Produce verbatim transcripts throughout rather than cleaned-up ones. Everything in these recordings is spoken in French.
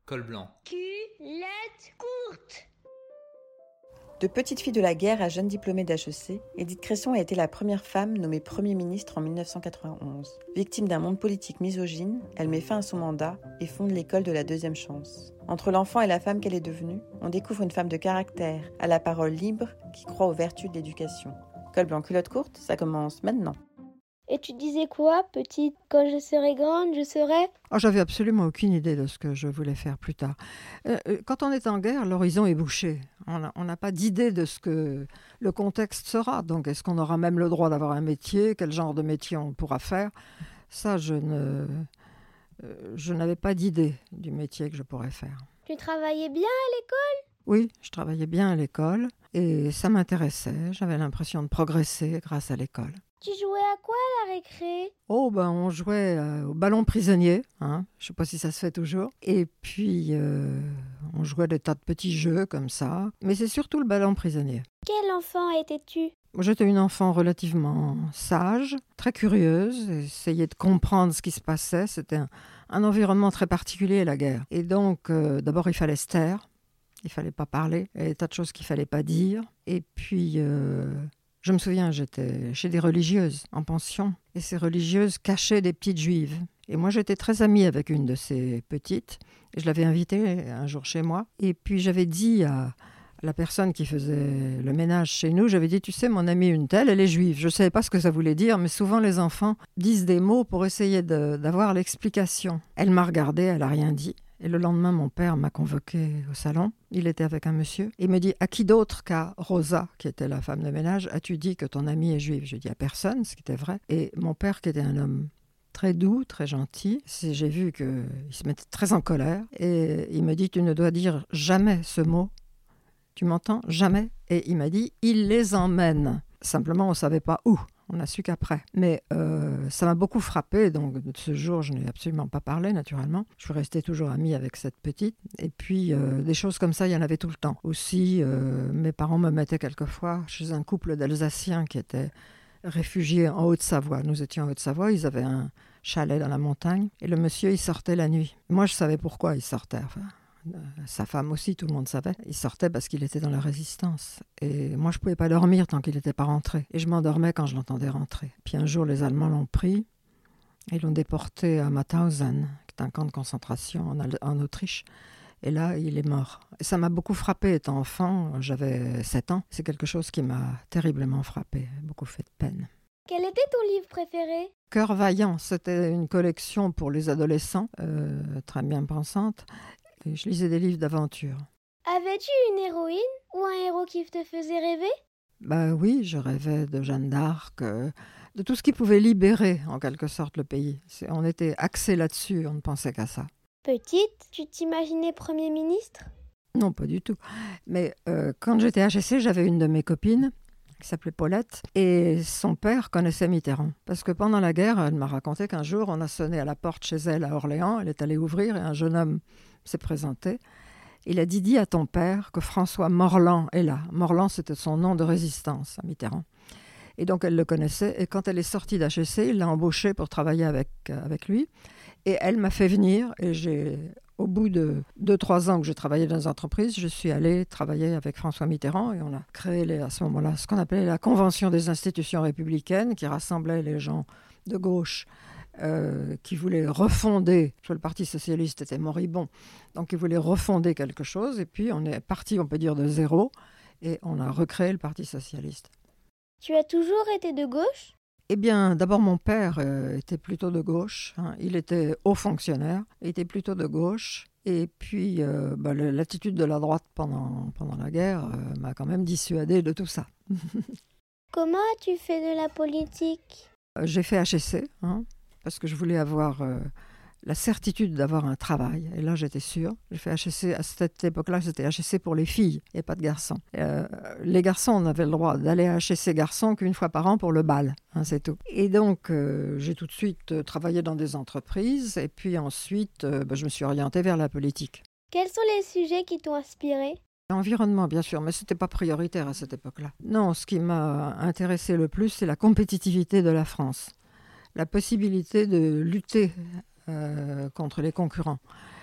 Col blanc. Culotte courte. De petite fille de la guerre à jeune diplômée d'H E C, Édith Cresson a été la première femme nommée Premier ministre en dix-neuf cent quatre-vingt-onze. Victime d'un monde politique misogyne, elle met fin à son mandat et fonde l'école de la deuxième chance. Entre l'enfant et la femme qu'elle est devenue, on découvre une femme de caractère, à la parole libre, qui croit aux vertus de l'éducation. Col blanc, culotte courte, ça commence maintenant. Et tu disais quoi, petite? Quand je serai grande, je serai... Oh, j'avais absolument aucune idée de ce que je voulais faire plus tard. Euh, quand on est en guerre, l'horizon est bouché. On n'a pas d'idée de ce que le contexte sera. Donc, est-ce qu'on aura même le droit d'avoir un métier? Quel genre de métier on pourra faire? Ça, je ne, euh, je n'avais pas d'idée du métier que je pourrais faire. Tu travaillais bien à l'école? Oui, je travaillais bien à l'école et ça m'intéressait. J'avais l'impression de progresser grâce à l'école. Tu jouais à quoi à la récré? Oh, ben on jouait euh, au ballon prisonnier, hein. Je ne sais pas si ça se fait toujours. Et puis, euh, on jouait des tas de petits jeux comme ça. Mais c'est surtout le ballon prisonnier. Quel enfant étais-tu? J'étais une enfant relativement sage, très curieuse, essayait de comprendre ce qui se passait. C'était un, un environnement très particulier, la guerre. Et donc, euh, d'abord, il fallait se taire. Il ne fallait pas parler. Il y avait des tas de choses qu'il ne fallait pas dire. Et puis... Euh, Je me souviens, j'étais chez des religieuses en pension et ces religieuses cachaient des petites juives. Et moi, j'étais très amie avec une de ces petites. Et je l'avais invitée un jour chez moi. Et puis, j'avais dit à la personne qui faisait le ménage chez nous, j'avais dit, tu sais, mon amie une telle, elle est juive. Je ne savais pas ce que ça voulait dire, mais souvent, les enfants disent des mots pour essayer de, d'avoir l'explication. Elle m'a regardée, elle n'a rien dit. Et le lendemain, mon père m'a convoqué au salon. Il était avec un monsieur. Il me dit, à qui d'autre qu'à Rosa, qui était la femme de ménage, as-tu dit que ton amie est juive? Je dis, à personne, ce qui était vrai. Et mon père, qui était un homme très doux, très gentil, j'ai vu qu'il se mettait très en colère. Et il me dit, tu ne dois dire jamais ce mot. Tu m'entends? Jamais. Et il m'a dit, il les emmène. Simplement, on ne savait pas où. On n'a su qu'après. Mais euh, ça m'a beaucoup frappée. Donc, de ce jour, je n'ai absolument pas parlé, naturellement. Je suis restée toujours amie avec cette petite. Et puis, euh, des choses comme ça, il y en avait tout le temps. Aussi, euh, mes parents me mettaient quelquefois chez un couple d'Alsaciens qui étaient réfugiés en Haute-Savoie. Nous étions en Haute-Savoie. Ils avaient un chalet dans la montagne. Et le monsieur, il sortait la nuit. Moi, je savais pourquoi il sortait. Enfin, sa femme aussi, tout le monde savait. Il sortait parce qu'il était dans la résistance. Et moi, je ne pouvais pas dormir tant qu'il n'était pas rentré. Et je m'endormais quand je l'entendais rentrer. Puis un jour, les Allemands l'ont pris et l'ont déporté à Mauthausen, qui est un camp de concentration en, Al- en Autriche. Et là, il est mort. Et ça m'a beaucoup frappée étant enfant. J'avais sept ans. C'est quelque chose qui m'a terriblement frappée, beaucoup fait de peine. Quel était ton livre préféré? Cœur vaillant, c'était une collection pour les adolescents, euh, très bien pensante. Et je lisais des livres d'aventure. Avais-tu une héroïne ou un héros qui te faisait rêver? Bah oui, je rêvais de Jeanne d'Arc, euh, de tout ce qui pouvait libérer en quelque sorte le pays. C'est, on était axés là-dessus, on ne pensait qu'à ça. Petite, tu t'imaginais Premier ministre? Non, pas du tout. Mais euh, quand j'étais à H E C, j'avais une de mes copines qui s'appelait Paulette, et son père connaissait Mitterrand. Parce que pendant la guerre, elle m'a raconté qu'un jour, on a sonné à la porte chez elle à Orléans, elle est allée ouvrir, et un jeune homme s'est présenté. Il a dit, dis à ton père que François Morland est là. Morland, c'était son nom de résistance à Mitterrand. Et donc, elle le connaissait. Et quand elle est sortie d'H E C, il l'a embauchée pour travailler avec, euh, avec lui. Et elle m'a fait venir. Et j'ai, au bout de deux, trois ans que j'ai travaillé dans les entreprises, je suis allée travailler avec François Mitterrand. Et on a créé les, à ce moment-là ce qu'on appelait la Convention des institutions républicaines, qui rassemblait les gens de gauche Euh, qui voulait refonder, parce que le Parti socialiste était moribond, donc il voulait refonder quelque chose, et puis on est parti, on peut dire, de zéro, et on a recréé le Parti socialiste. Tu as toujours été de gauche? Eh bien, d'abord, mon père euh, était plutôt de gauche, hein. Il était haut fonctionnaire, il était plutôt de gauche, et puis euh, bah, le, l'attitude de la droite pendant, pendant la guerre euh, m'a quand même dissuadé de tout ça. Comment as-tu fait de la politique? Euh, j'ai fait H E C, hein, parce que je voulais avoir euh, la certitude d'avoir un travail. Et là, j'étais sûre. J'ai fait H E C, à cette époque-là, c'était H E C pour les filles et pas de garçons. Euh, les garçons, on avait le droit d'aller à H E C garçons qu'une fois par an pour le bal, hein, c'est tout. Et donc, euh, j'ai tout de suite euh, travaillé dans des entreprises. Et puis ensuite, euh, bah, je me suis orientée vers la politique. Quels sont les sujets qui t'ont inspiré? L'environnement, bien sûr, mais ce n'était pas prioritaire à cette époque-là. Non, ce qui m'a intéressé le plus, c'est la compétitivité de la France. La possibilité de lutter euh, contre les concurrents.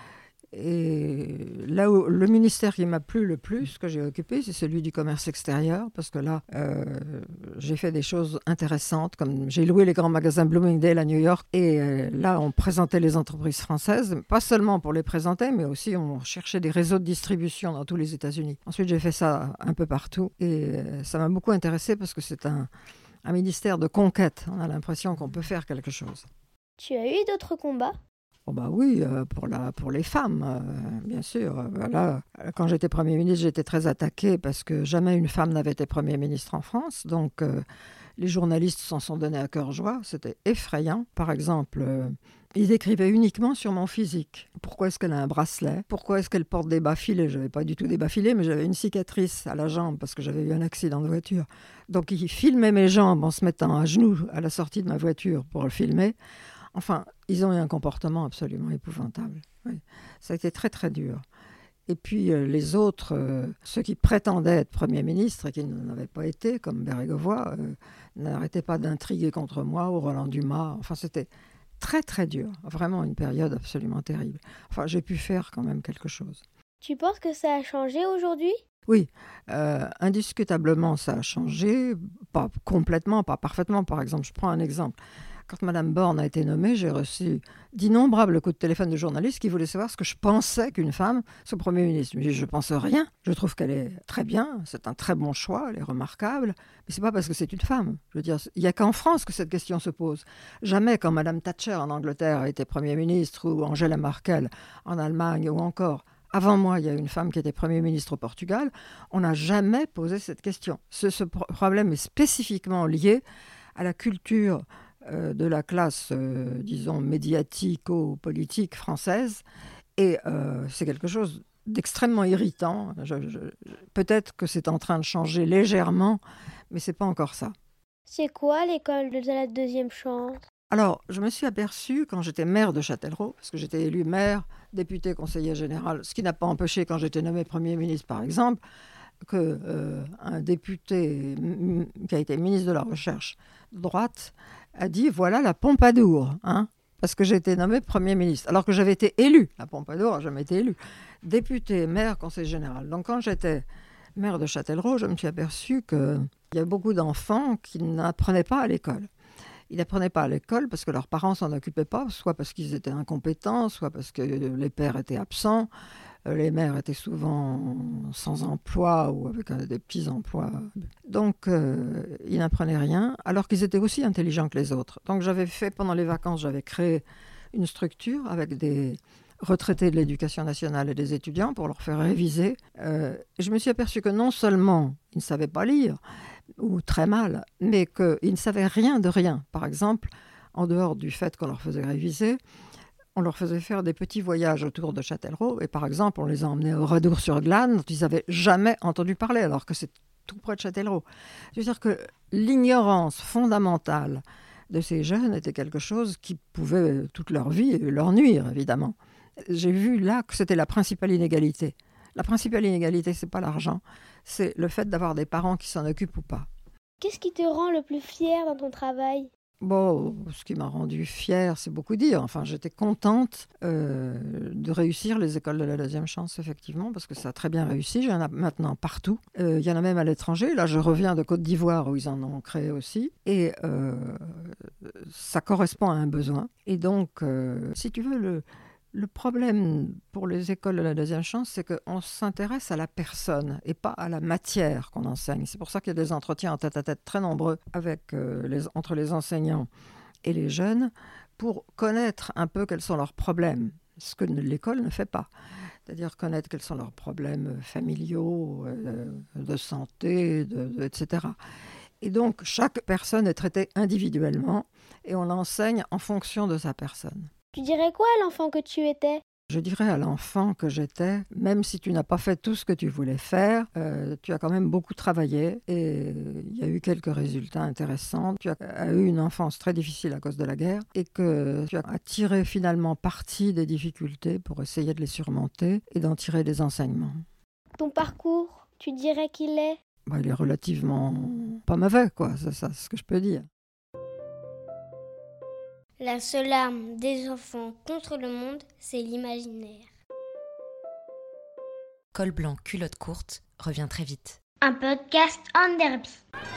Et là où le ministère qui m'a plu le plus, que j'ai occupé, c'est celui du commerce extérieur, parce que là, euh, j'ai fait des choses intéressantes, comme j'ai loué les grands magasins Bloomingdale à New York, et euh, là, on présentait les entreprises françaises, pas seulement pour les présenter, mais aussi on cherchait des réseaux de distribution dans tous les États-Unis. Ensuite, j'ai fait ça un peu partout, et euh, ça m'a beaucoup intéressé parce que c'est un, un ministère de conquête. On a l'impression qu'on peut faire quelque chose. Tu as eu d'autres combats ? Oh bah oui, euh, pour, la, pour les femmes, euh, bien sûr. Euh, là, quand j'étais Premier ministre, j'étais très attaquée parce que jamais une femme n'avait été Premier ministre en France. Donc, euh, les journalistes s'en sont donnés à cœur joie. C'était effrayant. Par exemple, euh, ils écrivaient uniquement sur mon physique. Pourquoi est-ce qu'elle a un bracelet ? Pourquoi est-ce qu'elle porte des bas filets ? Je n'avais pas du tout des bas filets, mais j'avais une cicatrice à la jambe parce que j'avais eu un accident de voiture. Donc, ils filmaient mes jambes en se mettant à genoux à la sortie de ma voiture pour le filmer. Enfin, ils ont eu un comportement absolument épouvantable. Oui. Ça a été très, très dur. Et puis, euh, les autres, euh, ceux qui prétendaient être Premier ministre et qui n'en avaient pas été, comme Bérégovoy, euh, n'arrêtaient pas d'intriguer contre moi ou Roland Dumas. Enfin, c'était très, très dur. Vraiment une période absolument terrible. Enfin, j'ai pu faire quand même quelque chose. Tu penses que ça a changé aujourd'hui ? Oui, euh, indiscutablement, ça a changé. Pas complètement, pas parfaitement. Par exemple, je prends un exemple. Quand Mme Borne a été nommée, j'ai reçu d'innombrables coups de téléphone de journalistes qui voulaient savoir ce que je pensais qu'une femme soit Premier ministre. Je me dis, je ne pense rien. Je trouve qu'elle est très bien, c'est un très bon choix, elle est remarquable. Mais ce n'est pas parce que c'est une femme. Je veux dire, il n'y a qu'en France que cette question se pose. Jamais quand Mme Thatcher en Angleterre a été Premier ministre ou Angela Merkel en Allemagne ou encore... Avant moi, il y a une femme qui était Premier ministre au Portugal. On n'a jamais posé cette question. Ce, ce problème est spécifiquement lié à la culture euh, de la classe, euh, disons, médiatico-politique française. Et euh, c'est quelque chose d'extrêmement irritant. Je, je, peut-être que c'est en train de changer légèrement, mais ce n'est pas encore ça. C'est quoi l'école de la deuxième chance ? Alors, je me suis aperçue quand j'étais maire de Châtellerault, parce que j'étais élue maire, député, conseiller général, ce qui n'a pas empêché quand j'étais nommé Premier ministre, par exemple, qu'un euh, député m- qui a été ministre de la Recherche de droite a dit « voilà la Pompadour hein », parce que j'ai été nommé Premier ministre, alors que j'avais été élu. La Pompadour n'a jamais été élue. Député, maire, conseiller général. Donc quand j'étais maire de Châtellerault, je me suis aperçue qu'il y a beaucoup d'enfants qui n'apprenaient pas à l'école. Ils n'apprenaient pas à l'école parce que leurs parents ne s'en occupaient pas, soit parce qu'ils étaient incompétents, soit parce que les pères étaient absents, les mères étaient souvent sans emploi ou avec des petits emplois. Donc, euh, ils n'apprenaient rien, alors qu'ils étaient aussi intelligents que les autres. Donc, j'avais fait, pendant les vacances, j'avais créé une structure avec des retraités de l'éducation nationale et des étudiants pour leur faire réviser. Euh, et je me suis aperçue que non seulement ils ne savaient pas lire, ou très mal, mais qu'ils ne savaient rien de rien. Par exemple, en dehors du fait qu'on leur faisait réviser, on leur faisait faire des petits voyages autour de Châtellerault, et par exemple, on les a emmenés au Redour-sur-Glane, dont ils n'avaient jamais entendu parler, alors que c'est tout près de Châtellerault. C'est-à-dire que l'ignorance fondamentale de ces jeunes était quelque chose qui pouvait toute leur vie leur nuire, évidemment. J'ai vu là que c'était la principale inégalité. La principale inégalité, ce n'est pas l'argent, c'est le fait d'avoir des parents qui s'en occupent ou pas. Qu'est-ce qui te rend le plus fier dans ton travail ? Bon, ce qui m'a rendue fière, c'est beaucoup dire. Enfin, j'étais contente euh, de réussir les écoles de la deuxième chance, effectivement, parce que ça a très bien réussi. Il y en a maintenant partout. Euh, il y en a même à l'étranger. Là, je reviens de Côte d'Ivoire, où ils en ont créé aussi. Et euh, ça correspond à un besoin. Et donc, euh, si tu veux, le... Le problème pour les écoles de la deuxième chance, c'est qu'on s'intéresse à la personne et pas à la matière qu'on enseigne. C'est pour ça qu'il y a des entretiens en tête-à-tête très nombreux avec, euh, les, entre les enseignants et les jeunes pour connaître un peu quels sont leurs problèmes, ce que l'école ne fait pas. C'est-à-dire connaître quels sont leurs problèmes familiaux, euh, de santé, de, de, et cetera. Et donc, chaque personne est traitée individuellement et on l'enseigne en fonction de sa personne. Tu dirais quoi à l'enfant que tu étais ? Je dirais à l'enfant que j'étais, même si tu n'as pas fait tout ce que tu voulais faire, euh, tu as quand même beaucoup travaillé et il y a eu quelques résultats intéressants. Tu as, as eu une enfance très difficile à cause de la guerre et que tu as tiré finalement parti des difficultés pour essayer de les surmonter et d'en tirer des enseignements. Ton parcours, tu dirais qu'il est ? Bah, il est relativement pas mauvais, quoi. C'est ça, c'est ce que je peux dire. La seule arme des enfants contre le monde, c'est l'imaginaire. Col blanc, culotte courte revient très vite. Un podcast en derby.